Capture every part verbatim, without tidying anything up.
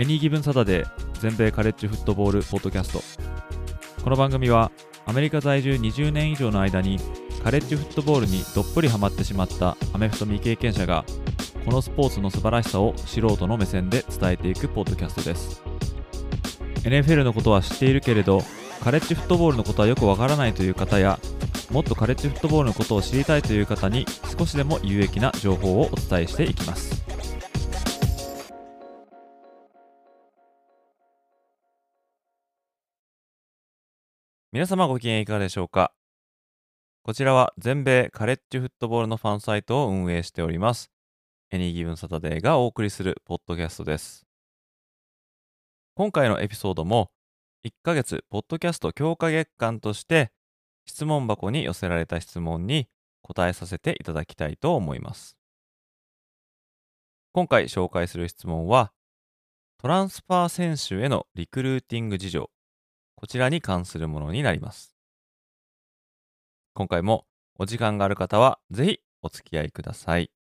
エニーギブンサタデー全米カレッジフットボールポッドキャスト。この番組はアメリカ在住にじゅうねん以上の間にカレッジフットボールにどっぷりハマってしまったアメフト未経験者がこのスポーツの素晴らしさを素人の目線で伝えていくポッドキャストです。 エヌエフエル のことは知っているけれどカレッジフットボールのことはよくわからないという方や、もっとカレッジフットボールのことを知りたいという方に少しでも有益な情報をお伝えしていきます。皆様ご機嫌いかがでしょうか。こちらは全米カレッジフットボールのファンサイトを運営しておりますエニーギブンサタデーがお送りするポッドキャストです。今回のエピソードもいっかげつポッドキャスト強化月間として質問箱に寄せられた質問に答えさせていただきたいと思います。今回紹介する質問はトランスファー選手へのリクルーティング事情、こちらに関するものになります。今回もお時間がある方はぜひお付き合いください。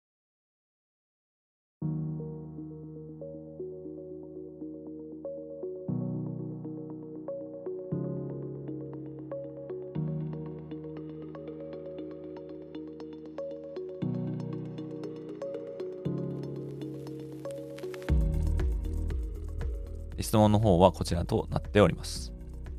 質問の方はこちらとなっております。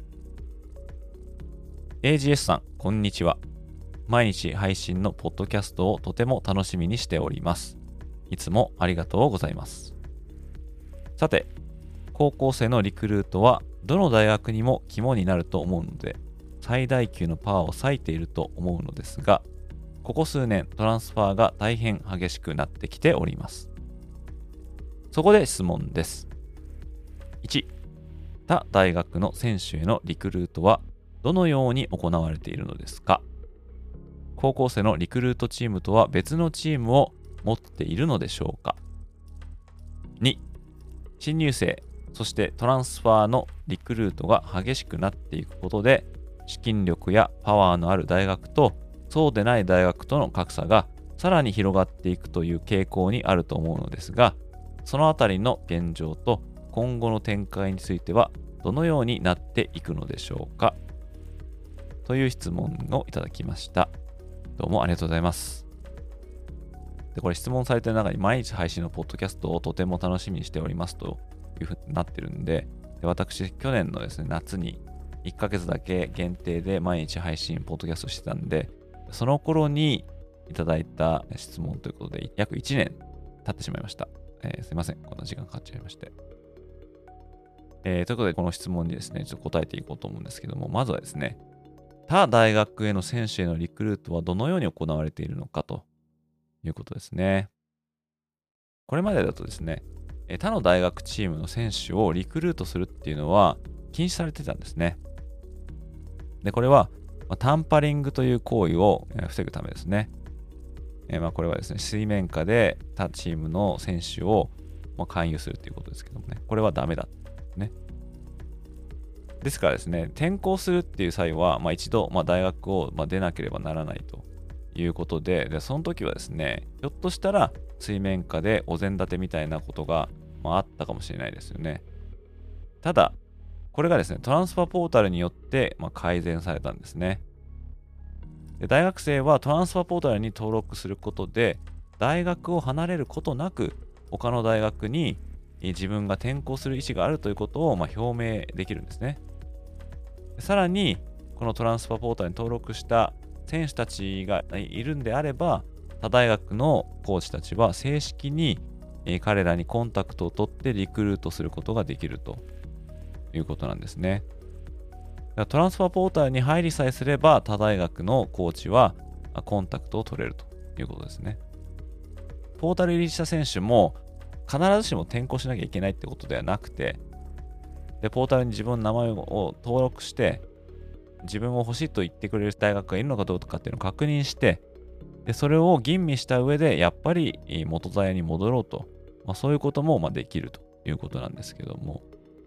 エージーエス さん、こんにちは。毎日配信のポッドキャストをとても楽しみにしております。いつもありがとうございます。さて、高校生のリクルートはどの大学にも肝になると思うので最大級のパワーを割いていると思うのですが、ここ数年トランスファーが大変激しくなってきております。そこで質問です。いち、他大学の選手へのリクルートはどのように行われているのですか？高校生のリクルートチームとは別のチームを持っているのでしょうか？に、新入生、そしてトランスファーのリクルートが激しくなっていくことで、資金力やパワーのある大学とそうでない大学との格差がさらに広がっていくという傾向にあると思うのですが、そのあたりの現状と今後の展開についてはどのようになっていくのでしょうか、という質問をいただきました。どうもありがとうございます。で、これ質問されている中に毎日配信のポッドキャストをとても楽しみにしておりますというふうになってるんで、で私去年のですね夏にいっかげつだけ限定で毎日配信ポッドキャストしてたんで、その頃にいただいた質問ということで約いちねん経ってしまいました。えー、すいません、こんな時間かかっちゃいまして。えー、ということでこの質問にですねちょっと答えていこうと思うんですけども、まずはですね、他大学への選手へのリクルートはどのように行われているのかということですね。これまでだとですね、他の大学チームの選手をリクルートするっていうのは禁止されてたんですね。で、これはタンパリングという行為を防ぐためですね。えー、まあこれはですね、水面下で他チームの選手を勧誘するということですけどもね、これはダメだ。ね、ですからですね、転校するっていう際は、まあ、一度、まあ、大学を、まあ、出なければならないということで、でその時はですね、ひょっとしたら水面下でお膳立てみたいなことが、まあ、あったかもしれないですよね。ただ、これがですね、トランスファーポータルによって、まあ、改善されたんですね。で、大学生はトランスファーポータルに登録することで、大学を離れることなく、他の大学に自分が転校する意思があるということをまあ表明できるんですね。さらに、このトランスファーポータルに登録した選手たちがいるんであれば、他大学のコーチたちは正式に彼らにコンタクトを取ってリクルートすることができるということなんですね。だからトランスファーポータルに入りさえすれば、他大学のコーチはコンタクトを取れるということですね。ポータル入りした選手も必ずしも転校しなきゃいけないってことではなくて、でポータルに自分の名前を登録して自分を欲しいと言ってくれる大学がいるのかどうかっていうのを確認して、でそれを吟味した上でやっぱり元座屋に戻ろうと、まあ、そういうこともまあできるということなんですけども、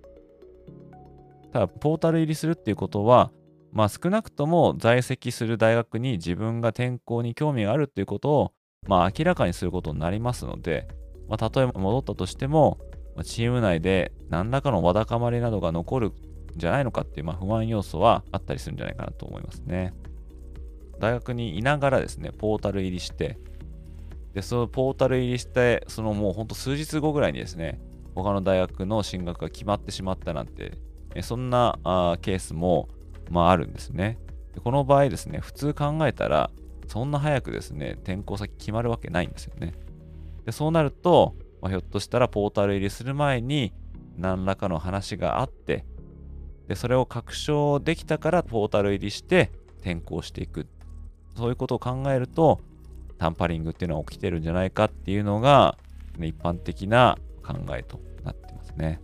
ただポータル入りするっていうことは、まあ、少なくとも在籍する大学に自分が転校に興味があるっていうことを、まあ、明らかにすることになりますので、まあ、例えば戻ったとしても、 チーム内で何らかのわだかまりなどが残るんじゃないのかっていう、まあ、不安要素はあったりするんじゃないかなと思いますね。大学にいながらですね、ポータル入りして、で、そのポータル入りして、そのもうほんと数日後ぐらいにですね、他の大学の進学が決まってしまったなんて、えそんなあケースも、まあ、あるんですね。でこの場合ですね、普通考えたら、そんな早くですね、転校先決まるわけないんですよね。で、そうなると、まあ、ひょっとしたらポータル入りする前に何らかの話があって、で、それを確証できたからポータル入りして転校していく。そういうことを考えると、タンパリングっていうのは起きてるんじゃないかっていうのが、ね、一般的な考えとなってますね。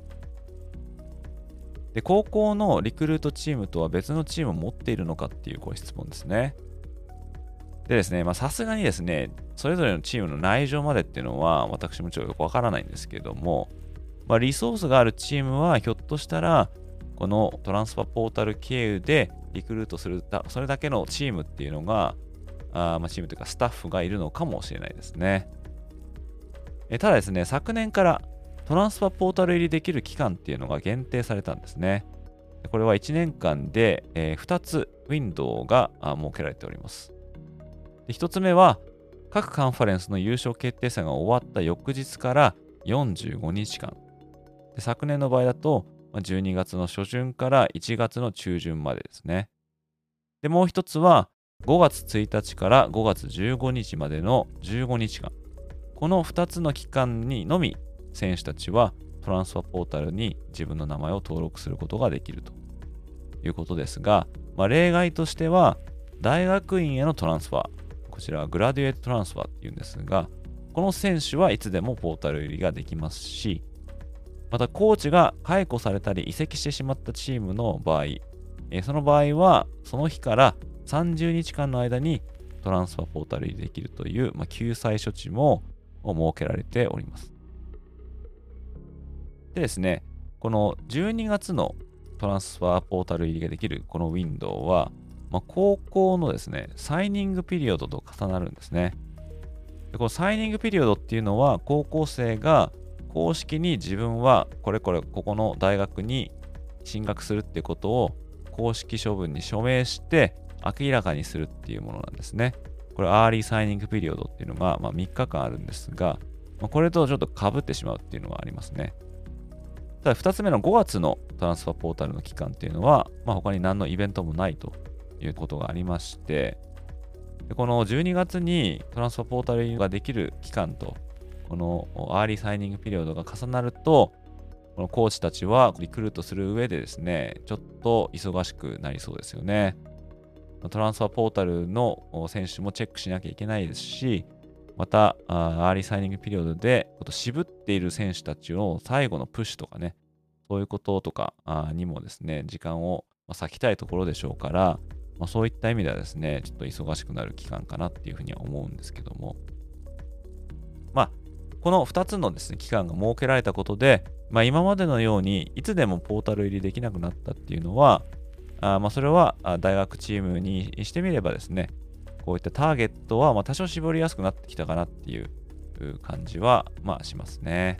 で、高校のリクルートチームとは別のチームを持っているのかっていうご質問ですね。でですね、まあさすがにですね、それぞれのチームの内情までっていうのは私もちょっとよくわからないんですけども、まあ、リソースがあるチームはひょっとしたら、このトランスファポータル経由でリクルートするだ、それだけのチームっていうのが、あまあチームというかスタッフがいるのかもしれないですね。えただですね、昨年からトランスファポータル入りできる期間っていうのが限定されたんですね。これはいちねんかんで、えー、ふたつウィンドウがあ設けられております。でひとつめは、各カンファレンスの優勝決定戦が終わった翌日からよんじゅうごにちかん。で昨年の場合だと、じゅうにがつの初旬からいちがつの中旬までですね。で、もう一つは、ごがつついたちからごがつじゅうごにちまでのじゅうごにちかん。このふたつの期間にのみ、選手たちはトランスファポータルに自分の名前を登録することができるということですが、まあ、例外としては、大学院へのトランスファー、こちらはグラデュエイトトランスファーっていうんですが、この選手はいつでもポータル入りができますし、またコーチが解雇されたり移籍してしまったチームの場合、えその場合はその日からさんじゅうにちかんの間にトランスファーポータル入りできるという、まあ、救済処置も設けられております。でですね、このじゅうにがつのトランスファーポータル入りができるこのウィンドウは、まあ、高校のですね、サイニングピリオドと重なるんですね。でこのサイニングピリオドっていうのは、高校生が公式に自分はこれこれここの大学に進学するっていうことを公式処分に署名して明らかにするっていうものなんですね。これアーリーサイニングピリオドっていうのが、まあ、みっかかんあるんですが、まあ、これとちょっと被ってしまうっていうのがありますね。ただふたつめのごがつのトランスファーポータルの期間っていうのは、まあ、他に何のイベントもないということがありまして、でこのじゅうにがつにトランスファーポータルができる期間と、このアーリーサイニングピリオドが重なると、このコーチたちはリクルートする上でですね、ちょっと忙しくなりそうですよね。トランスファーポータルの選手もチェックしなきゃいけないですし、また、アーリーサイニングピリオドで渋っている選手たちを最後のプッシュとかね、そういうこととかにもですね、時間を割きたいところでしょうから、まあ、そういった意味ではですね、ちょっと忙しくなる期間かなっていうふうには思うんですけども、まあ、このふたつのですね、期間が設けられたことで、まあ、今までのようにいつでもポータル入りできなくなったっていうのは、あまあそれは大学チームにしてみればですね、こういったターゲットはまあ多少絞りやすくなってきたかなっていう感じはまあしますね。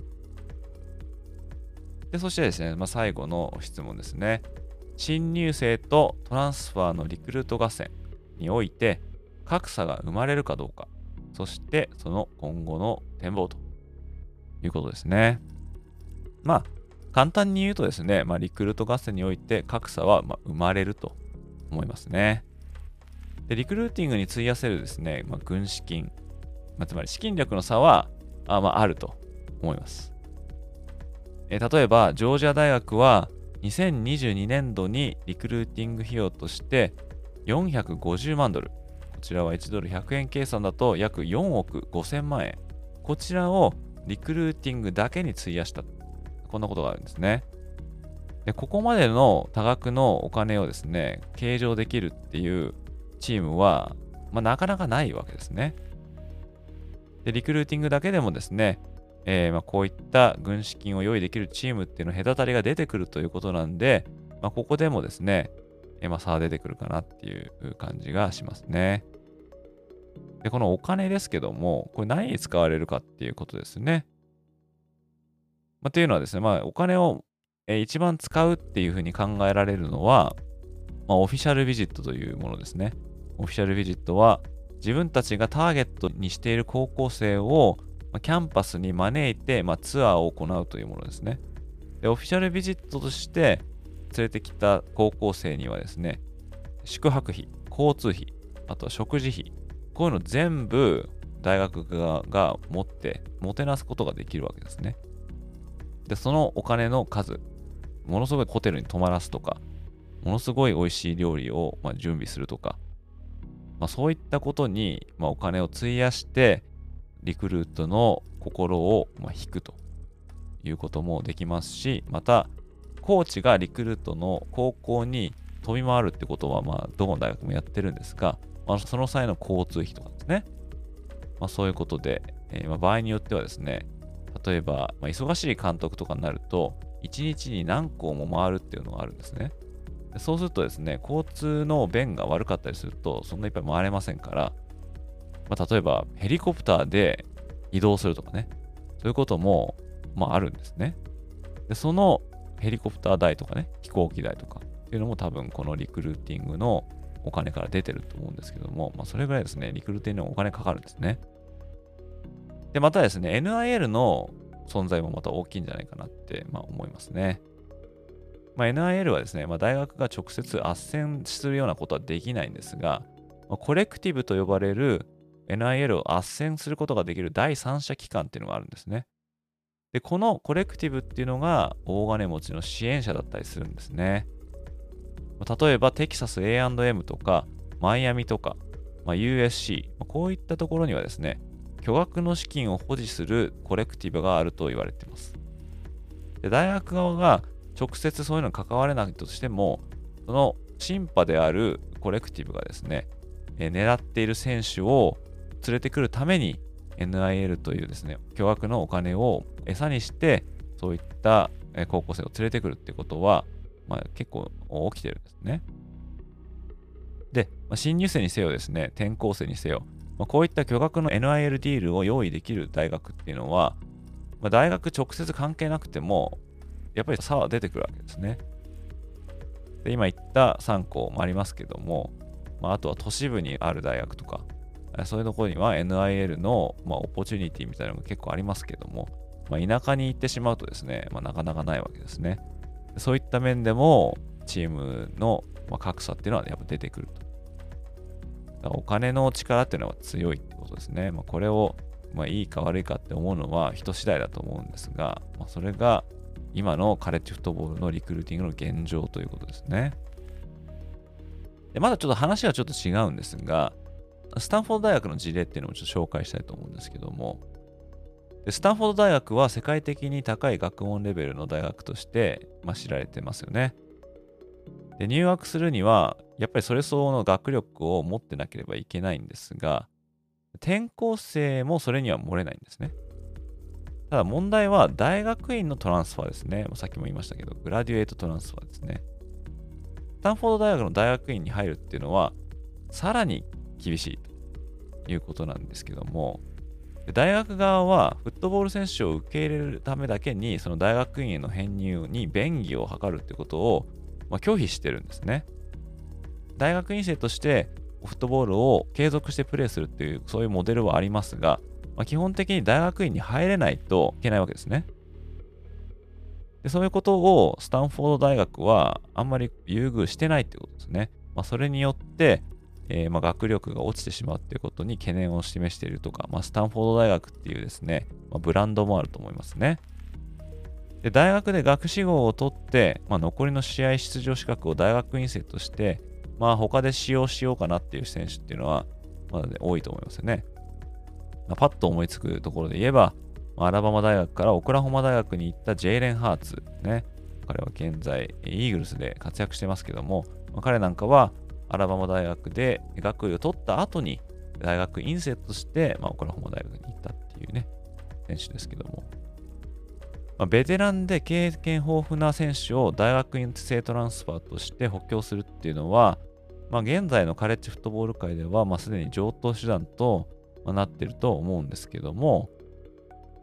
で、そしてですね、まあ、最後の質問ですね。新入生とトランスファーのリクルート合戦において格差が生まれるかどうか、そしてその今後の展望ということですね。まあ、簡単に言うとですね、まあ、リクルート合戦において格差はまあ生まれると思いますね。で、リクルーティングに費やせるですね、まあ、軍資金、まあ、つまり資金力の差はあ,、まあ、あると思います。えー、例えば、ジョージア大学はにせんにじゅうにねんどにリクルーティング費用としてよんひゃくごじゅうまんドル、こちらはいちドルひゃくえん計算だと約よんおくごせんまんえん、こちらをリクルーティングだけに費やした、こんなことがあるんですね。で、ここまでの多額のお金をですね、計上できるっていうチームは、まあ、なかなかないわけですね。で、リクルーティングだけでもですね、えー、まあこういった軍資金を用意できるチームっていうの隔たりが出てくるということなんで、まあ、ここでもですね、えー、まあ差が出てくるかなっていう感じがしますね。で、このお金ですけども、これ何に使われるかっていうことですね。 まあ、というのはですね、まあ、お金をえー一番使うっていうふうに考えられるのは、まあ、オフィシャルビジットというものですね。オフィシャルビジットは、自分たちがターゲットにしている高校生を、まあキャンパスに招いて、まあ、ツアーを行うというものですね。で、オフィシャルビジットとして連れてきた高校生にはですね、宿泊費、交通費、あとは食事費、こういうの全部大学側が持って、もてなすことができるわけですね。で、そのお金の数、ものすごいホテルに泊まらすとか、ものすごい美味しい料理をまあ準備するとか、まあ、そういったことにまあお金を費やして、リクルートの心をまあ引くということもできますし、また、コーチがリクルートの高校に飛び回るってことは、まあ、どの大学もやってるんですが、まあ、その際の交通費とかですね、まあ、そういうことで、えーまあ、場合によってはですね、例えば、まあ、忙しい監督とかになると、いちにちに何校も回るっていうのがあるんですね。でそうするとですね、交通の便が悪かったりすると、そんないっぱい回れませんから、まあ、例えばヘリコプターで移動するとかね、そういうことも、まあ、あるんですね。で、そのヘリコプター代とかね、飛行機代とかっていうのも多分このリクルーティングのお金から出てると思うんですけども、まあ、それぐらいですね、リクルーティングのお金かかるんですね。で、またですね、エヌアイエル の存在もまた大きいんじゃないかなって、まあ、思いますね。まあ、エヌアイエル はですね、まあ、大学が直接斡旋するようなことはできないんですが、まあ、コレクティブと呼ばれる エヌアイエル を斡旋することができる第三者機関っていうのがあるんですね。で、このコレクティブっていうのが大金持ちの支援者だったりするんですね。まあ例えば、テキサス エーアンドエム とか、マイアミとか、まあ、ユーエスシー、まあ、こういったところにはですね、巨額の資金を保持するコレクティブがあると言われています。で、大学側が直接そういうのに関われないとしても、そのシンパであるコレクティブがですね、えー狙っている選手を連れてくるために エヌアイエル というですね、巨額のお金を餌にして、そういったえー高校生を連れてくるってことは、まあ、結構起きてるんですね。で、まあ、新入生にせよですね、転校生にせよ、まあ、こういった巨額の エヌアイエル ディールを用意できる大学っていうのは、まあ、大学直接関係なくても、やっぱり差は出てくるわけですね。で、今言ったさん校もありますけども、まあ、あとは都市部にある大学とか、えそういうところには エヌアイエル の、まあ、オポチュニティみたいなのが結構ありますけども、まあ、田舎に行ってしまうとですね、まあ、なかなかないわけですね。そういった面でも、チームの、まあ、格差っていうのはやっぱ出てくると。だからお金の力っていうのは強いってことですね。まあ、これを、まあ、いいか悪いかって思うのは人次第だと思うんですが、まあ、それが今のカレッジフットボールのリクルーティングの現状ということですね。でまだちょっと話はちょっと違うんですが、スタンフォード大学の事例っていうのもちょっと紹介したいと思うんですけども、でスタンフォード大学は世界的に高い学問レベルの大学として、まあ、知られてますよね。で入学するには、やっぱりそれ相応の学力を持ってなければいけないんですが、転校生もそれには漏れないんですね。ただ問題は大学院のトランスファーですね。さっきも言いましたけど、グラデュエイトトランスファーですね。スタンフォード大学の大学院に入るっていうのは、さらに厳しいということなんですけども、大学側はフットボール選手を受け入れるためだけに、その大学院への編入に便宜を図るってことを、まあ、拒否してるんですね。大学院生としてフットボールを継続してプレーするっていう、そういうモデルはありますが、まあ、基本的に大学院に入れないといけないわけですね。でそういうことをスタンフォード大学はあんまり優遇してないってことですね。まあ、それによって、えーまあ学力が落ちてしまうっていうことに懸念を示しているとか、まあ、スタンフォード大学っていうですね、まあ、ブランドもあると思いますね。で大学で学士号を取って、まあ、残りの試合出場資格を大学院生として、まあ、他で使用しようかなっていう選手っていうのは、まだね、多いと思いますよね。まあ、パッと思いつくところで言えば、アラバマ大学からオクラホマ大学に行ったジェイレン・ハーツ。ね。彼は現在、イーグルスで活躍してますけども、まあ、彼なんかはアラバマ大学で学位を取った後に、大学院生として、まあ、オクラホマ大学に行ったっていうね、選手ですけども。まあ、ベテランで経験豊富な選手を大学院生トランスファーとして補強するっていうのは、まあ、現在のカレッジフットボール界では、まあ、すでに常套手段となっていると思うんですけども、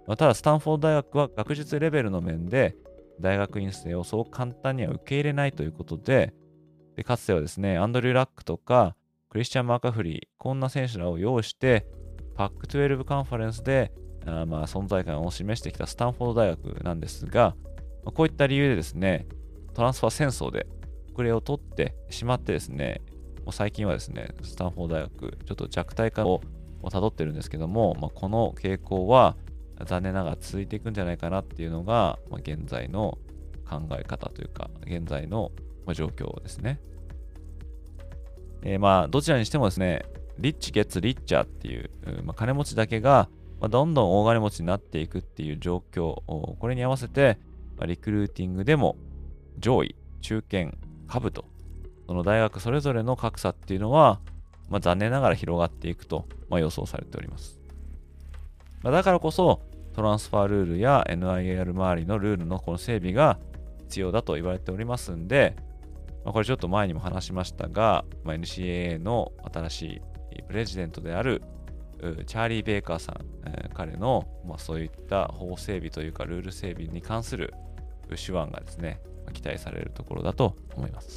まあ、ただスタンフォード大学は学術レベルの面で大学院生をそう簡単には受け入れないということで、でかつてはですね、アンドリュー・ラックとかクリスチャン・マーカフリー、こんな選手らを擁して、パックじゅうに カンファレンスであまあ存在感を示してきたスタンフォード大学なんですが、まあ、こういった理由でですね、トランスファー戦争で遅れを取ってしまってですね、もう最近はですね、スタンフォード大学、ちょっと弱体化を辿ってるんですけども、まあ、この傾向は残念ながら続いていくんじゃないかなっていうのが、まあ、現在の考え方というか、現在の状況ですね。えー、まあ、どちらにしてもですね、リッチゲッツリッチャーっていう、まあ、金持ちだけが、まあ、どんどん大金持ちになっていくっていう状況、これに合わせて、まあ、リクルーティングでも上位、中堅、下部と、その大学それぞれの格差っていうのは、まあ、残念ながら広がっていくと、まあ、予想されております。まあ、だからこそ、トランスファールールや エヌアイエーアール 周りのルールのこの整備が必要だと言われておりますんで、まあ、これちょっと前にも話しましたが、まあ、エヌシーエーエー の新しいプレジデントであるチャーリー・ベイカーさん、えー、彼の、まあ、そういった法整備というかルール整備に関する手腕がですね、期待されるところだと思います。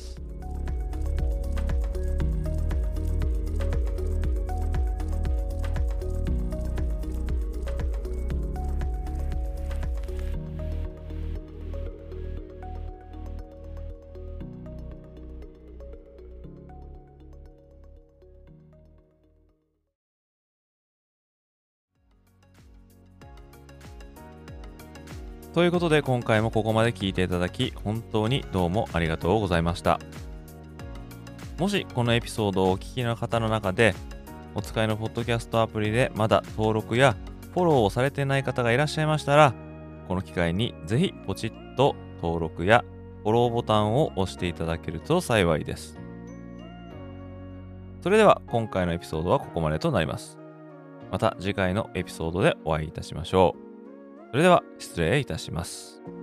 ということで今回もここまで聞いていただき本当にどうもありがとうございました。もしこのエピソードをお聞きの方の中でお使いのポッドキャストアプリでまだ登録やフォローをされていない方がいらっしゃいましたら、この機会にぜひポチッと登録やフォローボタンを押していただけると幸いです。それでは今回のエピソードはここまでとなります。また次回のエピソードでお会いいたしましょう。それでは失礼いたします。